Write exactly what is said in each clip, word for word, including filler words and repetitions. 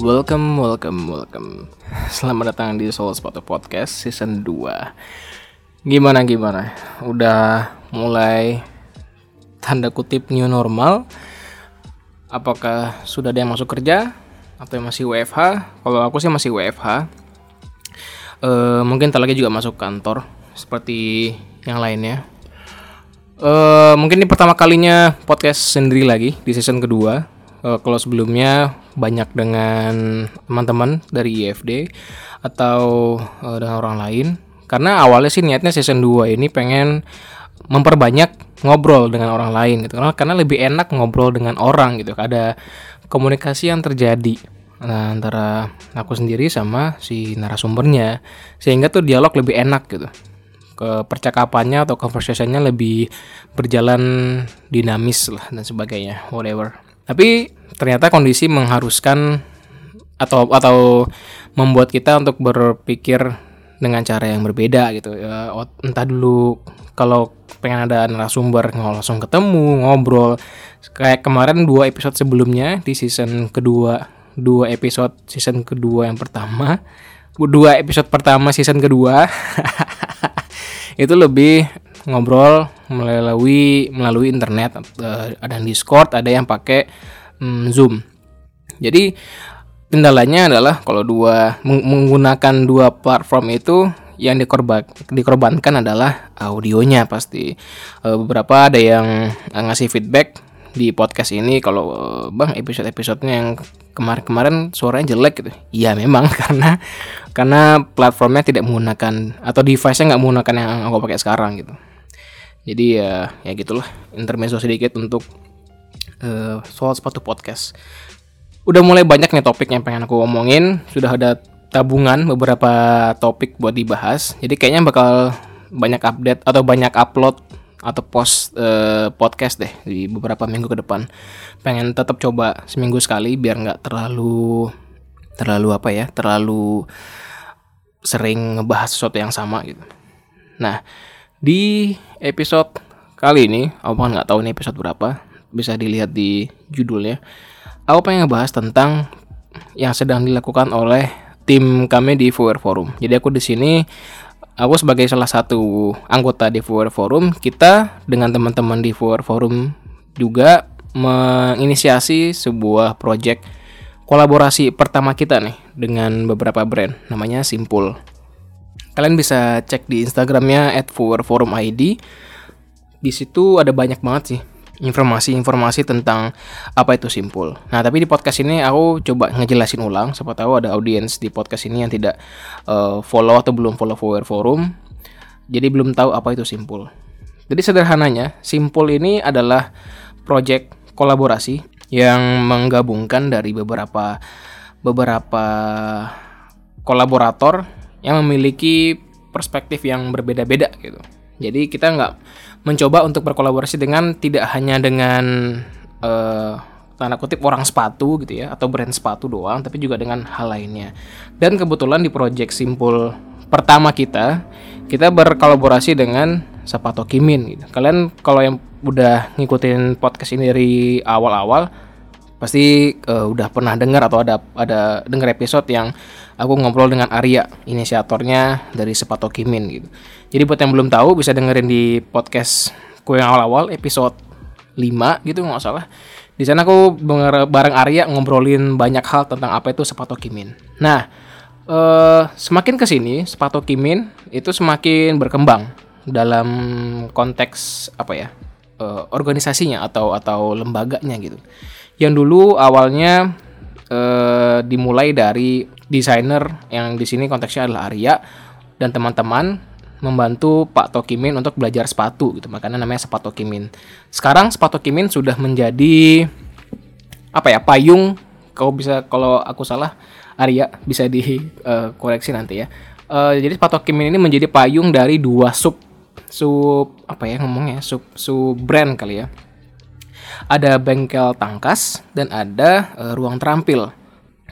welcome, welcome, welcome. Selamat datang di Soul Sepatu Podcast Season dua. Gimana, gimana? Udah mulai tanda kutip new normal? Apakah sudah ada yang masuk kerja? Atau yang masih W F H? Kalau aku sih masih W F H. e, Mungkin ntar lagi juga masuk kantor seperti yang lainnya. e, Mungkin ini pertama kalinya podcast sendiri lagi di season kedua. Uh, kalau sebelumnya banyak dengan teman-teman dari I F D atau uh, dengan orang lain. Karena awalnya sih niatnya season dua ini pengen memperbanyak ngobrol dengan orang lain gitu. Karena, karena lebih enak ngobrol dengan orang gitu. Ada komunikasi yang terjadi nah, antara aku sendiri sama si narasumbernya. Sehingga tuh dialog lebih enak gitu. Ke percakapannya atau conversation-nya lebih berjalan dinamis lah dan sebagainya, whatever. Tapi ternyata kondisi mengharuskan atau atau membuat kita untuk berpikir dengan cara yang berbeda gitu. Ya, entah dulu kalau pengen ada narasumber langsung ketemu, ngobrol. Kayak kemarin dua episode sebelumnya di season kedua, dua episode season kedua yang pertama, dua episode pertama season kedua. Itu lebih ngobrol melalui melalui internet, ada yang Discord, ada yang pakai mm, Zoom. Jadi kendalanya adalah kalau dua menggunakan dua platform itu yang dikorban dikorbankan adalah audionya pasti. E, beberapa ada yang ngasih feedback di podcast ini kalau bang episode-episodenya yang kemarin-kemarin suaranya jelek gitu. Iya memang karena karena platformnya tidak menggunakan atau device-nya nggak menggunakan yang aku pakai sekarang gitu. Jadi ya ya gitulah, intermezzo sedikit untuk uh, soal sepatu podcast. Udah mulai banyak nih topik yang pengen aku omongin. Sudah ada tabungan beberapa topik buat dibahas. Jadi kayaknya bakal banyak update atau banyak upload atau post uh, podcast deh di beberapa minggu ke depan. Pengen tetap coba seminggu sekali biar nggak terlalu terlalu apa ya, terlalu sering ngebahas sesuatu yang sama gitu. Nah, di episode kali ini, aku kan nggak tahu ini episode berapa, bisa dilihat di judulnya. Aku pengen ngebahas tentang yang sedang dilakukan oleh tim kami di Viewer Forum. Jadi aku di sini, aku sebagai salah satu anggota di Viewer Forum, kita dengan teman-teman di Viewer Forum juga menginisiasi sebuah project kolaborasi pertama kita nih dengan beberapa brand, namanya Simpul. Kalian bisa cek di Instagramnya at viewer forum i d. Di situ ada banyak banget sih informasi-informasi tentang apa itu Simpul. Nah, tapi di podcast ini aku coba ngejelasin ulang. Siapa tahu ada audiens di podcast ini yang tidak uh, follow atau belum follow Viewer Forum. Jadi belum tahu apa itu Simpul. Jadi sederhananya, Simpul ini adalah project kolaborasi yang menggabungkan dari beberapa beberapa kolaborator yang memiliki perspektif yang berbeda-beda gitu. Jadi kita nggak mencoba untuk berkolaborasi dengan tidak hanya dengan uh, tanda kutip orang sepatu gitu ya atau brand sepatu doang, tapi juga dengan hal lainnya. Dan kebetulan di project Simpul pertama kita, kita berkolaborasi dengan Sapato Kimin gitu. Kalian kalau yang udah ngikutin podcast ini dari awal-awal pasti uh, udah pernah dengar atau ada ada dengar episode yang aku ngobrol dengan Arya, inisiatornya dari Sapato Kimin gitu. Jadi buat yang belum tahu bisa dengerin di podcast ku yang awal-awal episode lima gitu nggak salah. Di sana aku bareng Arya ngobrolin banyak hal tentang apa itu Sapato Kimin. Nah, uh, semakin kesini Sapato Kimin itu semakin berkembang dalam konteks apa ya uh, organisasinya atau atau lembaganya gitu. Yang dulu awalnya uh, dimulai dari desainer yang di sini konteksnya adalah Arya dan teman-teman membantu Pak Tokimin untuk belajar sepatu gitu, makanya namanya Sapato Kimin. Sekarang Sapato Kimin sudah menjadi apa ya payung. Kau bisa kalau aku salah Arya bisa dikoreksi uh, nanti ya. Uh, jadi Sapato Kimin ini menjadi payung dari dua sub sub apa ya ngomongnya sub sub brand kali ya. Ada bengkel tangkas dan ada uh, ruang terampil.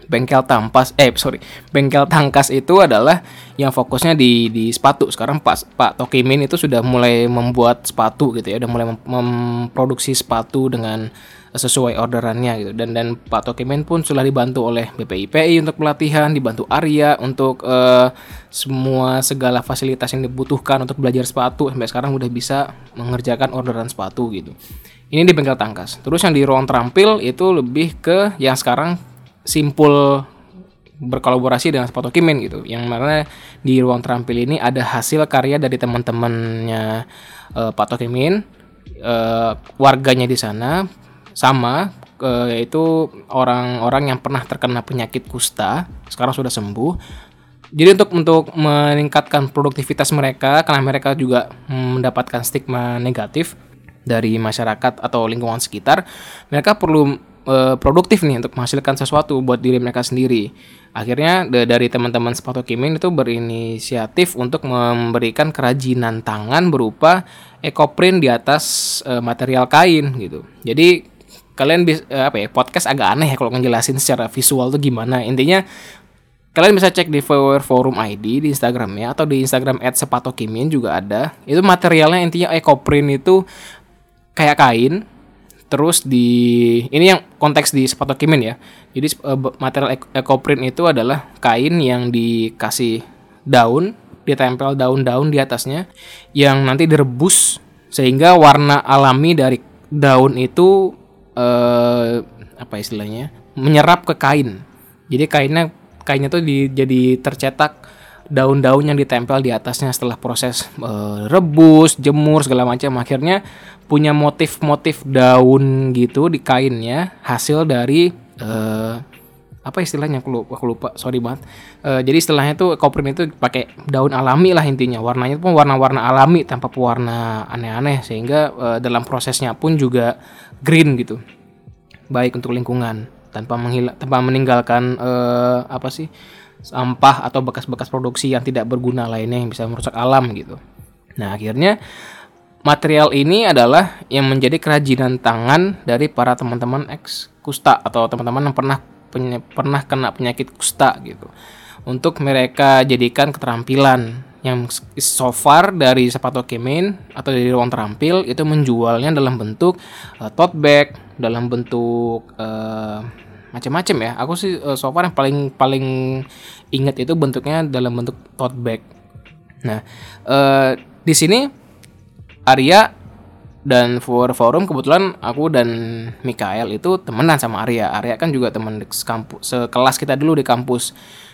Bengkel Tampas, eh sorry, Bengkel Tangkas itu adalah yang fokusnya di di sepatu. Sekarang Pak Pak Tokimin itu sudah mulai membuat sepatu gitu ya, udah mulai mem- memproduksi sepatu dengan sesuai orderannya gitu. Dan dan Pak Tokimin pun sudah dibantu oleh B P I P I untuk pelatihan, dibantu Arya untuk uh, semua segala fasilitas yang dibutuhkan untuk belajar sepatu. Sampai sekarang udah bisa mengerjakan orderan sepatu gitu. Ini di Bengkel Tangkas. Terus yang di Ruang Terampil itu lebih ke yang sekarang Simpul berkolaborasi dengan Pak Tokimin gitu, yang mana di Ruang Terampil ini ada hasil karya dari teman-temannya uh, Pak Tokimin, uh, warganya di sana sama uh, yaitu orang-orang yang pernah terkena penyakit kusta, sekarang sudah sembuh. Jadi untuk untuk meningkatkan produktivitas mereka, karena mereka juga mendapatkan stigma negatif dari masyarakat atau lingkungan sekitar, mereka perlu produktif nih untuk menghasilkan sesuatu buat diri mereka sendiri. Akhirnya dari teman-teman Pak Tokimin itu berinisiatif untuk memberikan kerajinan tangan berupa ekoprint di atas uh, material kain gitu. Jadi kalian bisa uh, apa ya, podcast agak aneh ya kalau ngejelasin secara visual tuh gimana. Intinya kalian bisa cek di Viewer Forum I D di Instagramnya atau di Instagram et sepatokimin juga ada. Itu materialnya intinya ekoprint itu kayak kain. Terus di ini yang konteks di Pak Tokimin ya. Jadi material ekoprint itu adalah kain yang dikasih daun, ditempel daun-daun di atasnya yang nanti direbus sehingga warna alami dari daun itu eh, apa istilahnya? Menyerap ke kain. Jadi kainnya kainnya tuh di, jadi tercetak daun-daun yang ditempel di atasnya setelah proses uh, rebus, jemur segala macam, akhirnya punya motif-motif daun gitu di kainnya, hasil dari uh, apa istilahnya aku lupa, aku lupa sorry banget. Uh, jadi istilahnya tuh ekoprint itu pakai daun alami lah intinya, warnanya pun warna-warna alami tanpa pewarna aneh-aneh, sehingga uh, dalam prosesnya pun juga green gitu, baik untuk lingkungan tanpa menghil- tanpa meninggalkan uh, apa sih sampah atau bekas-bekas produksi yang tidak berguna lainnya yang bisa merusak alam gitu. Nah akhirnya material ini adalah yang menjadi kerajinan tangan dari para teman-teman ex kusta atau teman-teman yang pernah penye- pernah kena penyakit kusta gitu. Untuk mereka jadikan keterampilan yang so far dari Pak Tokimin atau dari Ruang Terampil itu menjualnya dalam bentuk uh, tote bag, dalam bentuk uh, macam-macam ya. Aku sih uh, so far yang paling paling ingat itu bentuknya dalam bentuk tote bag. Nah, uh, di sini Arya dan for forum kebetulan aku dan Mikael itu temenan sama Arya. Arya kan juga teman kampus sekelas kita dulu di kampus.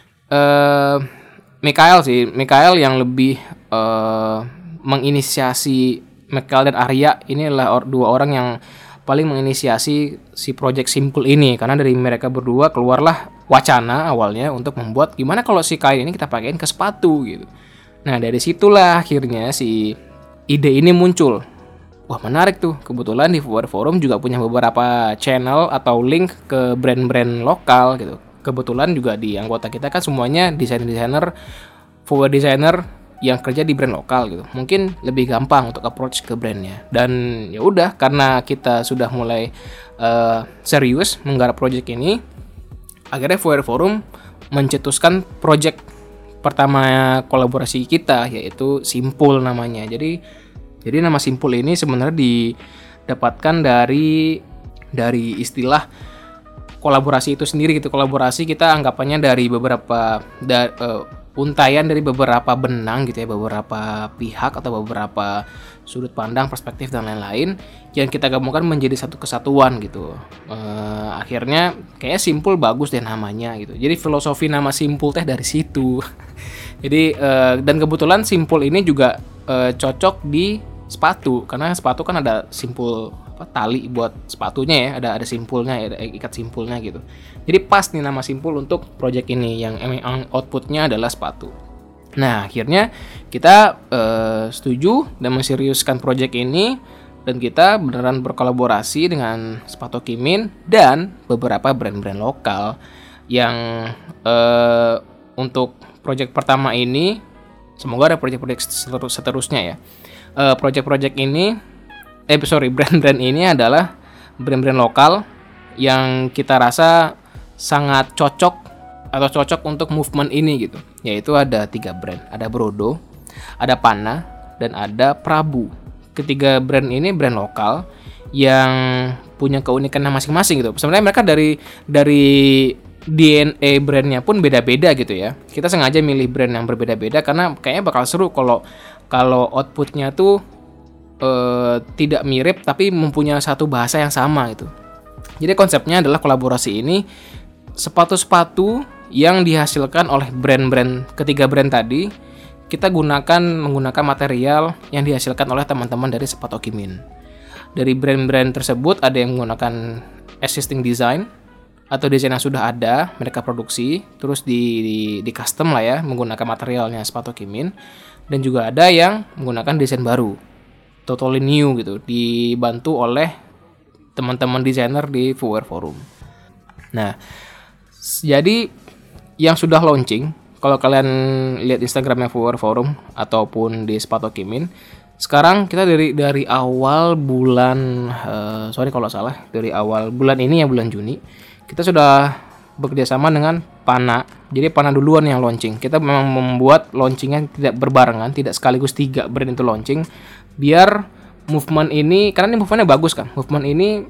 Uh, Mikael sih, Mikael yang lebih uh, menginisiasi Mikael dan Arya ini adalah or, dua orang yang paling menginisiasi si project Simpul ini, karena dari mereka berdua keluarlah wacana awalnya untuk membuat gimana kalau si kain ini kita pakein ke sepatu gitu. Nah dari situlah akhirnya si ide ini muncul. Wah menarik tuh, kebetulan di Viewer Forum juga punya beberapa channel atau link ke brand-brand lokal gitu. Kebetulan juga di anggota kita kan semuanya desainer-desainer, viewer designer yang kerja di brand lokal gitu, mungkin lebih gampang untuk approach ke brandnya. Dan ya udah, karena kita sudah mulai uh, serius menggarap project ini, akhirnya Viewer Forum mencetuskan project pertama kolaborasi kita, yaitu Simpul namanya. Jadi jadi nama Simpul ini sebenarnya didapatkan dari dari istilah kolaborasi itu sendiri gitu. Kolaborasi kita anggapannya dari beberapa da, uh, untayan dari beberapa benang gitu ya, beberapa pihak atau beberapa sudut pandang, perspektif dan lain-lain yang kita gabungkan menjadi satu kesatuan gitu. Uh, akhirnya kayaknya Simpul bagus deh namanya gitu. Jadi filosofi nama Simpul teh dari situ. Jadi uh, dan kebetulan Simpul ini juga uh, cocok di sepatu, karena sepatu kan ada simpul apa, tali buat sepatunya ya, ada ada simpulnya, ada ikat simpulnya gitu. Jadi pas nih nama Simpul untuk project ini yang emang outputnya adalah sepatu. Nah akhirnya kita uh, setuju dan menseriuskan project ini, dan kita beneran berkolaborasi dengan Pak Tokimin dan beberapa brand-brand lokal yang uh, untuk project pertama ini, semoga ada project-project seterusnya ya. Uh, project-project ini, eh sorry brand-brand ini adalah brand-brand lokal yang kita rasa sangat cocok atau cocok untuk movement ini gitu. Yaitu ada tiga brand, ada Brodo, ada Pana, dan ada Prabu. Ketiga brand ini brand lokal yang punya keunikannya masing-masing gitu. Sebenarnya mereka dari dari D N A brandnya pun beda-beda gitu ya. Kita sengaja milih brand yang berbeda-beda karena kayaknya bakal seru kalau kalau outputnya tuh eh, tidak mirip tapi mempunyai satu bahasa yang sama gitu. Jadi konsepnya adalah kolaborasi ini sepatu-sepatu yang dihasilkan oleh brand-brand ketiga brand tadi kita gunakan menggunakan material yang dihasilkan oleh teman-teman dari Sepatokimin. Dari brand-brand tersebut ada yang menggunakan existing design atau desain yang sudah ada mereka produksi terus di, di, di custom lah ya menggunakan materialnya Sepatokimin, dan juga ada yang menggunakan desain baru totally new gitu dibantu oleh teman-teman desainer di Footwear Forum. Nah, jadi yang sudah launching, kalau kalian lihat Instagramnya Footwear Forum ataupun di Sepatokimin, sekarang kita dari dari awal bulan uh, sorry kalau salah dari awal bulan ini ya bulan Juni kita sudah bekerja sama dengan Pana. Jadi Pana duluan yang launching. Kita memang membuat launchingnya tidak berbarengan, tidak sekaligus tiga brand itu launching, biar movement ini, karena ini movementnya bagus kan. Movement ini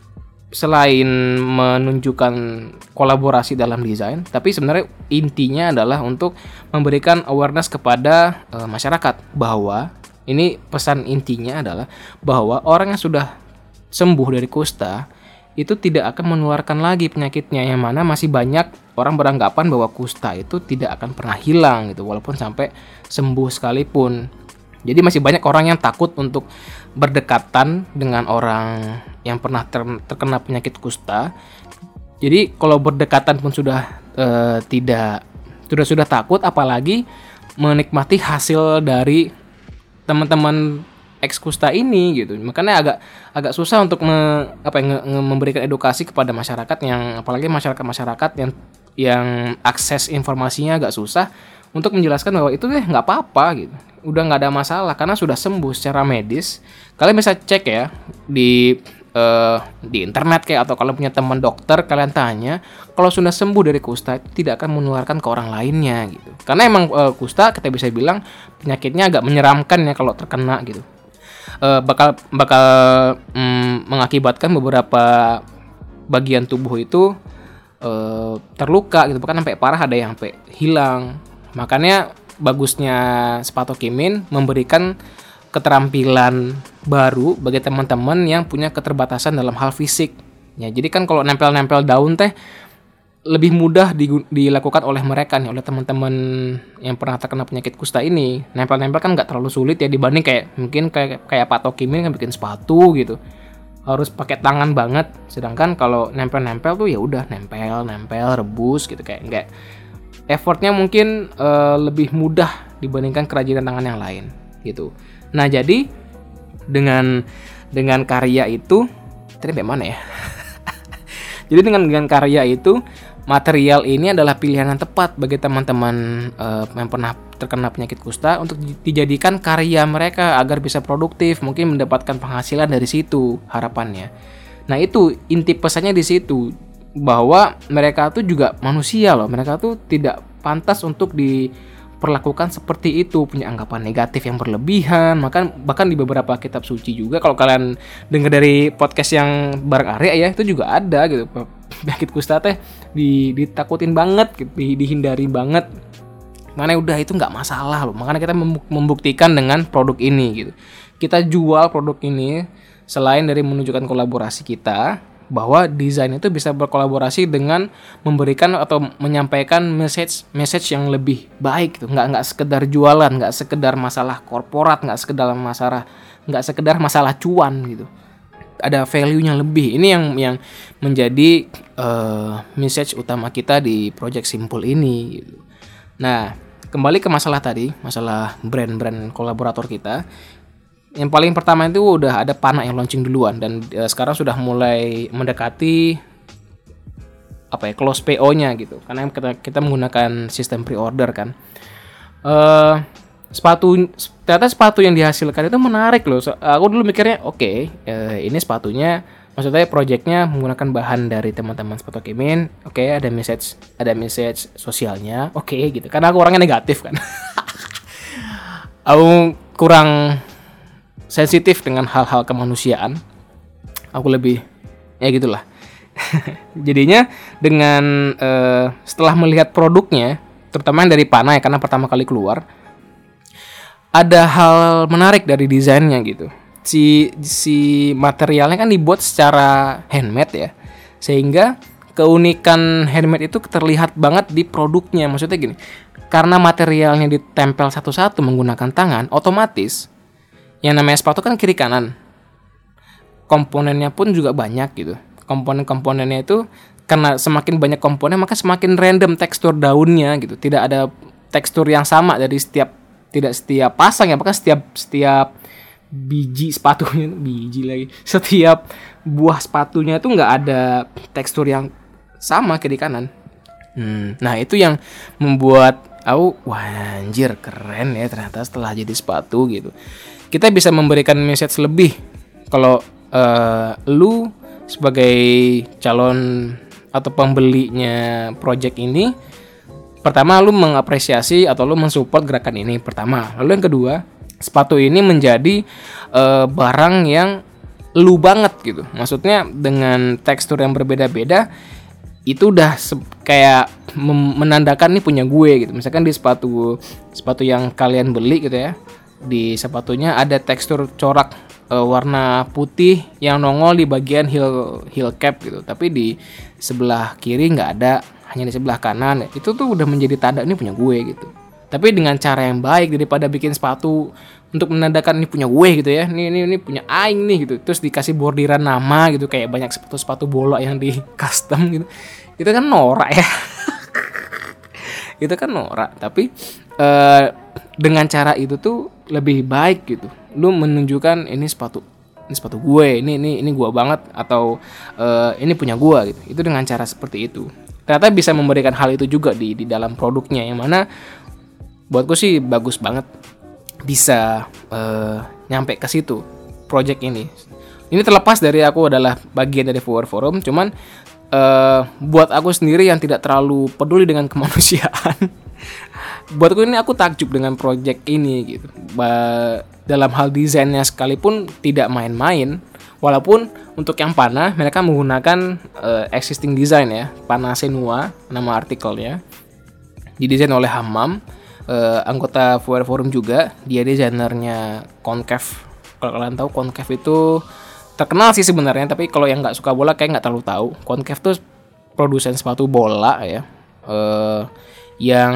selain menunjukkan kolaborasi dalam desain, tapi sebenarnya intinya adalah untuk memberikan awareness kepada e, masyarakat bahwa ini pesan intinya adalah bahwa orang yang sudah sembuh dari kusta itu tidak akan menularkan lagi penyakitnya, yang mana masih banyak orang beranggapan bahwa kusta itu tidak akan pernah hilang gitu walaupun sampai sembuh sekalipun. Jadi masih banyak orang yang takut untuk berdekatan dengan orang yang pernah ter- terkena penyakit kusta. Jadi kalau berdekatan pun sudah uh, tidak sudah sudah takut, apalagi menikmati hasil dari teman-teman ex kusta ini gitu. Makanya agak agak susah untuk me, apa nge, nge, memberikan edukasi kepada masyarakat yang apalagi masyarakat-masyarakat yang yang akses informasinya agak susah untuk menjelaskan bahwa itu deh nggak apa-apa gitu. Udah nggak ada masalah karena sudah sembuh secara medis. Kalian bisa cek ya di uh, di internet kayak, atau kalau punya teman dokter kalian tanya, kalau sudah sembuh dari kusta tidak akan menularkan ke orang lainnya gitu. Karena emang uh, kusta kita bisa bilang penyakitnya agak menyeramkan ya kalau terkena gitu. Uh, bakal bakal mm, mengakibatkan beberapa bagian tubuh itu uh, terluka gitu, bahkan sampai parah, ada yang sampai hilang. Makanya bagusnya Sepatokimin memberikan keterampilan baru bagi teman-teman yang punya keterbatasan dalam hal fisik. Ya, jadi kan kalau nempel-nempel daun teh lebih mudah dilakukan oleh mereka nih, oleh teman-teman yang pernah terkena penyakit kusta ini. Nempel-nempel kan nggak terlalu sulit ya dibanding kayak mungkin kayak kayak Patokimin kan bikin sepatu gitu. Harus pakai tangan banget. Sedangkan kalau nempel-nempel tuh ya udah nempel, nempel, rebus gitu, kayak nggak, effortnya mungkin uh, lebih mudah dibandingkan kerajinan tangan yang lain gitu. Nah, jadi dengan dengan karya itu tadi sampai mana ya? Jadi dengan dengan karya itu, material ini adalah pilihan yang tepat bagi teman-teman uh, yang pernah terkena penyakit kusta untuk dijadikan karya mereka agar bisa produktif, mungkin mendapatkan penghasilan dari situ harapannya. Nah, itu inti pesannya di situ, bahwa mereka tuh juga manusia loh, mereka tuh tidak pantas untuk diperlakukan seperti itu, punya anggapan negatif yang berlebihan. Bahkan bahkan di beberapa kitab suci juga, kalau kalian dengar dari podcast yang bareng Arya ya, itu juga ada gitu, penyakit kusta teh di, ditakutin banget gitu, di, dihindari banget. Makanya udah itu nggak masalah loh. Makanya kita membuktikan dengan produk ini gitu. Kita jual produk ini selain dari menunjukkan kolaborasi kita, bahwa desain itu bisa berkolaborasi dengan memberikan atau menyampaikan message message yang lebih baik gitu. Nggak nggak sekedar jualan, nggak sekedar masalah korporat, nggak sekedar masalah nggak sekedar masalah cuan gitu. Ada value-nya lebih. Ini yang yang menjadi uh, message utama kita di Project Simple ini gitu. Nah, kembali ke masalah tadi, masalah brand-brand kolaborator kita. Yang paling pertama itu udah ada Pana yang launching duluan, dan e, sekarang sudah mulai mendekati apa ya, close P O-nya gitu. Karena kita, kita menggunakan sistem pre-order kan. E, sepatu ternyata sepatu yang dihasilkan itu menarik loh. So, aku dulu mikirnya oke, okay, e, ini sepatunya Maksudnya projectnya menggunakan bahan dari teman-teman sepatu Kimin. Oke, okay, ada message, ada message sosialnya. Oke, okay, gitu. Karena aku orangnya negatif kan. Aku kurang sensitif dengan hal-hal kemanusiaan. Aku lebih ya gitulah. Jadinya dengan uh, setelah melihat produknya, terutama dari Pana ya, karena pertama kali keluar, ada hal menarik dari desainnya gitu. Si si materialnya kan dibuat secara handmade ya, sehingga keunikan handmade itu terlihat banget di produknya. Maksudnya gini, karena materialnya ditempel satu-satu menggunakan tangan, otomatis yang namanya sepatu kan kiri kanan, komponennya pun juga banyak gitu. Komponen-komponennya itu karena semakin banyak komponen maka semakin random tekstur daunnya gitu. Tidak ada tekstur yang sama dari setiap tidak setiap pasang ya, bahkan setiap setiap biji sepatunya, biji lagi, setiap buah sepatunya itu nggak ada tekstur yang sama kiri kanan. Hmm, nah itu yang membuat aku wah anjir keren ya ternyata setelah jadi sepatu gitu. Kita bisa memberikan message lebih kalau uh, lu sebagai calon atau pembelinya project ini, pertama lu mengapresiasi atau lu mensupport gerakan ini pertama. Lalu yang kedua, sepatu ini menjadi uh, barang yang lu banget gitu. Maksudnya dengan tekstur yang berbeda-beda itu udah se- kayak mem- menandakan nih punya gue gitu. Misalkan di sepatu sepatu yang kalian beli gitu ya, di sepatunya ada tekstur corak uh, warna putih yang nongol di bagian heel heel cap gitu. Tapi di sebelah kiri nggak ada, hanya di sebelah kanan. Itu tuh udah menjadi tanda ini punya gue gitu. Tapi dengan cara yang baik daripada bikin sepatu untuk menandakan ini punya gue gitu ya. Ini ini ini punya aing nih gitu. Terus dikasih bordiran nama gitu kayak banyak sepatu-sepatu bola yang di custom gitu. Itu kan norak ya. Itu kan norak, tapi uh, dengan cara itu tuh lebih baik gitu. Lu menunjukkan ini sepatu ini sepatu gue, ini ini ini gue banget atau uh, ini punya gue gitu. Itu dengan cara seperti itu. Ternyata bisa memberikan hal itu juga di di dalam produknya yang mana buatku sih bagus banget bisa uh, nyampe ke situ project ini. Ini terlepas dari aku adalah bagian dari Forward Forum, cuman uh, buat aku sendiri yang tidak terlalu peduli dengan kemanusiaan, buatku ini aku takjub dengan project ini gitu. Ba- dalam hal desainnya sekalipun tidak main-main, walaupun untuk yang Pana mereka menggunakan uh, existing design ya, Pana Senua nama artikelnya, didesain oleh Hammam. Uh, anggota Forward Forum juga, dia desainernya Concave. Kalau kalian tahu Concave itu terkenal sih sebenarnya, tapi kalau yang nggak suka bola kayak nggak terlalu tahu. Concave tuh produsen sepatu bola ya, uh, yang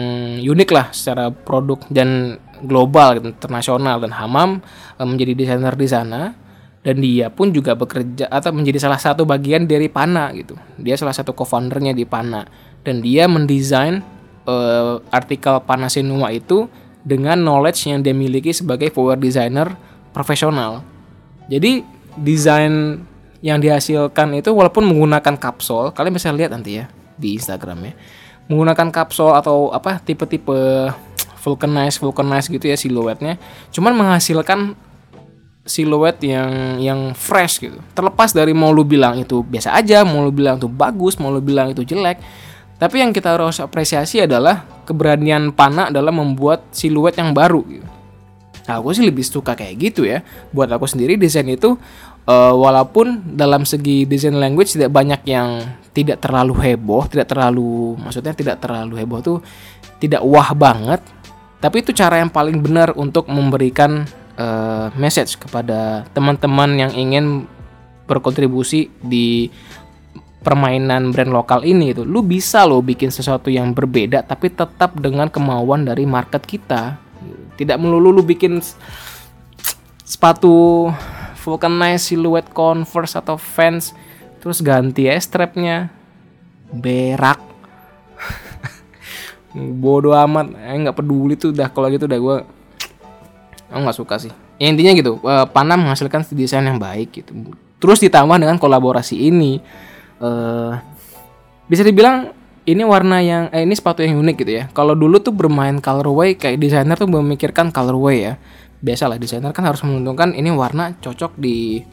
unik lah secara produk dan global, gitu, internasional. Dan Hammam uh, menjadi desainer di sana, dan dia pun juga bekerja atau menjadi salah satu bagian dari Pana gitu. Dia salah satu co-foundernya di Pana, dan dia mendesain Uh, artikel Pana Senua itu dengan knowledge yang dia miliki sebagai forward designer profesional. Jadi desain yang dihasilkan itu walaupun menggunakan kapsul, kalian bisa lihat nanti ya di Instagram ya, menggunakan kapsul atau apa tipe-tipe vulcanize vulcanize gitu ya siluetnya, cuman menghasilkan siluet yang yang fresh gitu. Terlepas dari mau lu bilang itu biasa aja, mau lu bilang itu bagus, mau lu bilang itu jelek. Tapi yang kita harus apresiasi adalah keberanian Pana dalam membuat siluet yang baru gitu. Nah, aku sih lebih suka kayak gitu ya. Buat aku sendiri desain itu uh, walaupun dalam segi desain language tidak banyak yang tidak terlalu heboh, tidak terlalu maksudnya tidak terlalu heboh tuh tidak wah banget. Tapi itu cara yang paling benar untuk memberikan uh, message kepada teman-teman yang ingin berkontribusi di permainan brand lokal ini itu. Lu bisa lo bikin sesuatu yang berbeda tapi tetap dengan kemauan dari market kita. Tidak melulu lu bikin sepatu vulcanize silhouette Converse atau Vans terus ganti ya strapnya berak. Bodoh amat, eh nggak peduli tuh dah kalau gitu udah gue aku nggak suka sih. Ya, intinya gitu, Pana menghasilkan desain yang baik gitu. Terus ditambah dengan kolaborasi ini. Uh, bisa dibilang ini warna yang eh, ini sepatu yang unik gitu ya. Kalau dulu tuh bermain colorway kayak desainer tuh memikirkan colorway ya. Biasalah desainer kan harus menentukan ini warna cocok di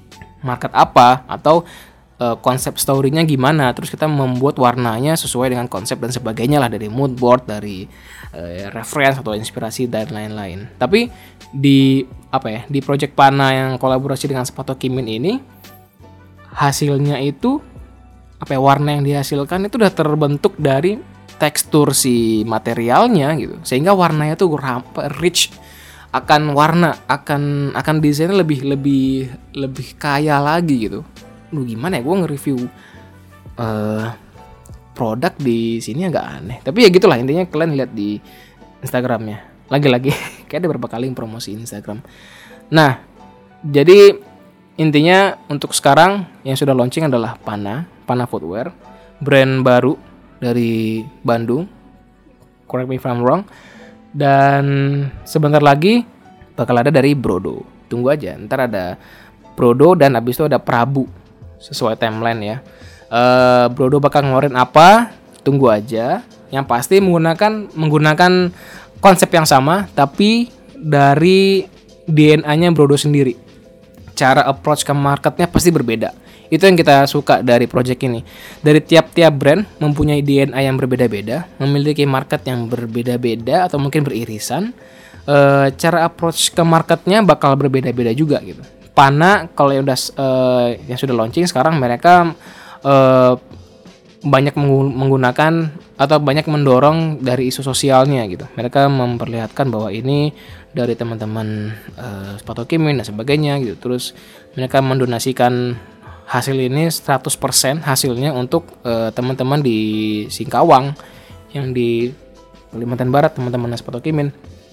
market apa, atau uh, konsep story-nya gimana, terus kita membuat warnanya sesuai dengan konsep dan sebagainya lah, dari mood board, dari uh, reference atau inspirasi dan lain-lain. Tapi di apa ya, di project Pana yang kolaborasi dengan Sepatu Kimin ini, hasilnya itu apa ya, warna yang dihasilkan itu udah terbentuk dari tekstur si materialnya gitu, sehingga warnanya tuh rich akan warna, akan akan desainnya lebih lebih lebih kaya lagi gitu. Lu gimana ya, gue nge-review uh, produk di sini agak aneh, tapi ya gitulah intinya. Kalian lihat di Instagramnya, lagi-lagi kayak ada beberapa kali promosi Instagram. Nah, jadi intinya untuk sekarang yang sudah launching adalah Pana, Pana Footwear, brand baru dari Bandung, correct me if I'm wrong. Dan sebentar lagi bakal ada dari Brodo. Tunggu aja, ntar ada Brodo dan abis itu ada Prabu, sesuai timeline ya. uh, Brodo bakal ngeluarin apa, tunggu aja. Yang pasti menggunakan menggunakan konsep yang sama, tapi dari D N A-nya Brodo sendiri. Cara approach ke marketnya pasti berbeda. Itu yang kita suka dari project ini. Dari tiap-tiap brand mempunyai D N A yang berbeda-beda, memiliki market yang berbeda-beda atau mungkin beririsan. E, cara approach ke marketnya bakal berbeda-beda juga gitu. Pana kalau yang udah e, yang sudah launching sekarang, mereka e, banyak menggunakan atau banyak mendorong dari isu sosialnya gitu. Mereka memperlihatkan bahwa ini dari teman-teman e, Sepatu Kimin dan sebagainya gitu. Terus mereka mendonasikan hasil ini seratus persen hasilnya untuk uh, teman-teman di Singkawang yang di Kalimantan Barat, teman-teman Sepatu Kimin.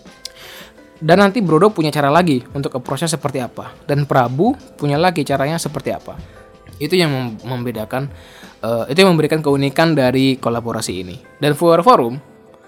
Dan nanti Brodo punya cara lagi untuk approach-nya seperti apa, dan Prabu punya lagi caranya seperti apa. Itu yang mem- membedakan uh, itu yang memberikan keunikan dari kolaborasi ini. Dan Footwear Forum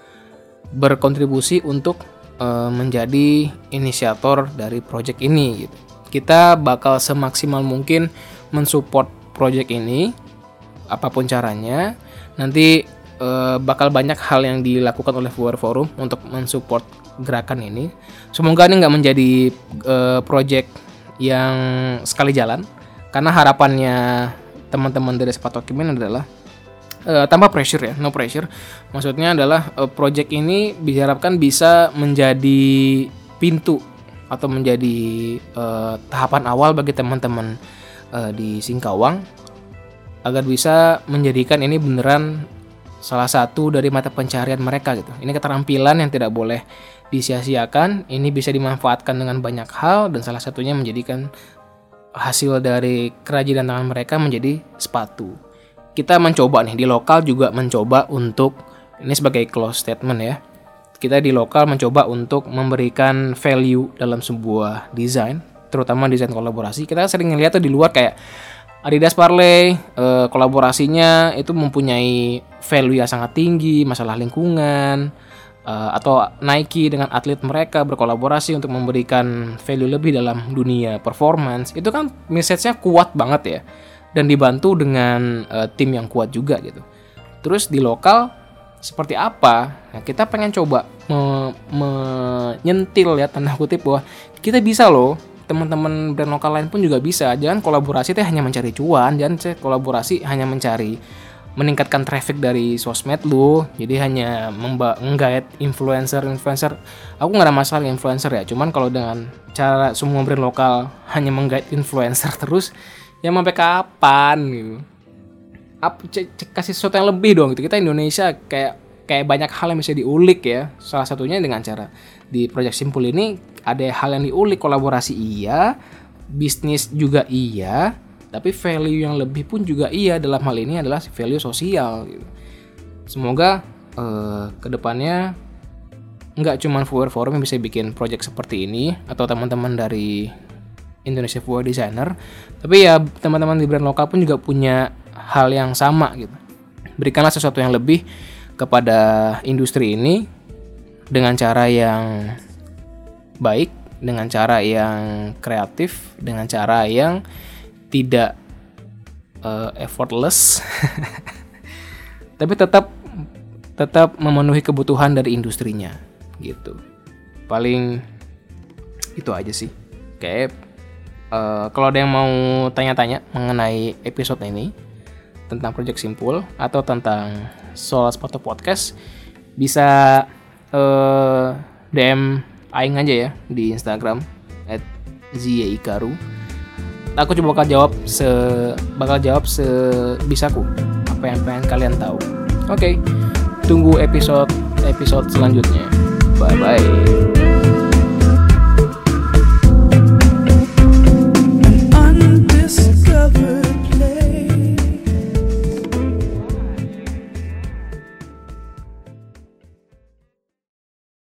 berkontribusi untuk uh, menjadi inisiator dari project ini gitu. Kita bakal semaksimal mungkin mensupport project ini apapun caranya. Nanti e, bakal banyak hal yang dilakukan oleh Footwear Forum untuk mensupport gerakan ini. Semoga ini nggak menjadi e, project yang sekali jalan, karena harapannya teman-teman dari Sepatu Kimin adalah e, tanpa pressure ya, no pressure. Maksudnya adalah e, project ini diharapkan bisa menjadi pintu atau menjadi e, tahapan awal bagi teman-teman Uh, di Singkawang agar bisa menjadikan ini beneran salah satu dari mata pencarian mereka gitu. Ini keterampilan yang tidak boleh disia-siakan. Ini bisa dimanfaatkan dengan banyak hal, dan salah satunya menjadikan hasil dari kerajinan tangan mereka menjadi sepatu. Kita mencoba nih di lokal juga mencoba untuk, ini sebagai close statement ya, kita di lokal mencoba untuk memberikan value dalam sebuah desain, terutama desain kolaborasi. Kita sering ngeliat tuh di luar kayak Adidas Parley, eh, kolaborasinya itu mempunyai value yang sangat tinggi, masalah lingkungan, eh, atau Nike dengan atlet mereka berkolaborasi untuk memberikan value lebih dalam dunia performance. Itu kan message-nya kuat banget ya, dan dibantu dengan eh, tim yang kuat juga gitu. Terus di lokal seperti apa? Nah, kita pengen coba me- menyentil ya, tanda kutip, bahwa kita bisa loh. Teman-teman brand lokal lain pun juga bisa. Jangan kolaborasi teh hanya mencari cuan, jangan teh kolaborasi hanya mencari meningkatkan traffic dari sosmed lu. Jadi hanya menggait influencer-influencer. Aku nggak ada masalah influencer ya. Cuman kalau dengan cara semua brand lokal hanya menggait influencer terus, ya sampai kapan gitu? Apa c- c- kasih sesuatu yang lebih dong gitu. Kita Indonesia kayak kayak banyak hal yang bisa diulik ya. Salah satunya dengan cara di Project Simpul ini ada hal yang diulik, kolaborasi iya, bisnis juga iya, tapi value yang lebih pun juga iya. Dalam hal ini adalah value sosial gitu. Semoga eh, kedepannya nggak cuma Footwear Forum yang bisa bikin project seperti ini, atau teman-teman dari Indonesia Footwear Designer, tapi ya teman-teman di brand lokal pun juga punya hal yang sama gitu. Berikanlah sesuatu yang lebih kepada industri ini dengan cara yang baik, dengan cara yang kreatif, dengan cara yang tidak uh, effortless, tapi tetap tetap memenuhi kebutuhan dari industrinya gitu. Paling itu aja sih. Kayak Uh, kalau ada yang mau tanya-tanya mengenai episode ini tentang Project Simpul atau tentang Soal Sepatu Podcast, bisa uh, D M Aing aja ya di Instagram at ziyaikaru. Aku coba bakal jawab se bakal jawab sebisaku apa yang pengen kalian tahu. Oke, okay, tunggu episode episode selanjutnya. Bye bye.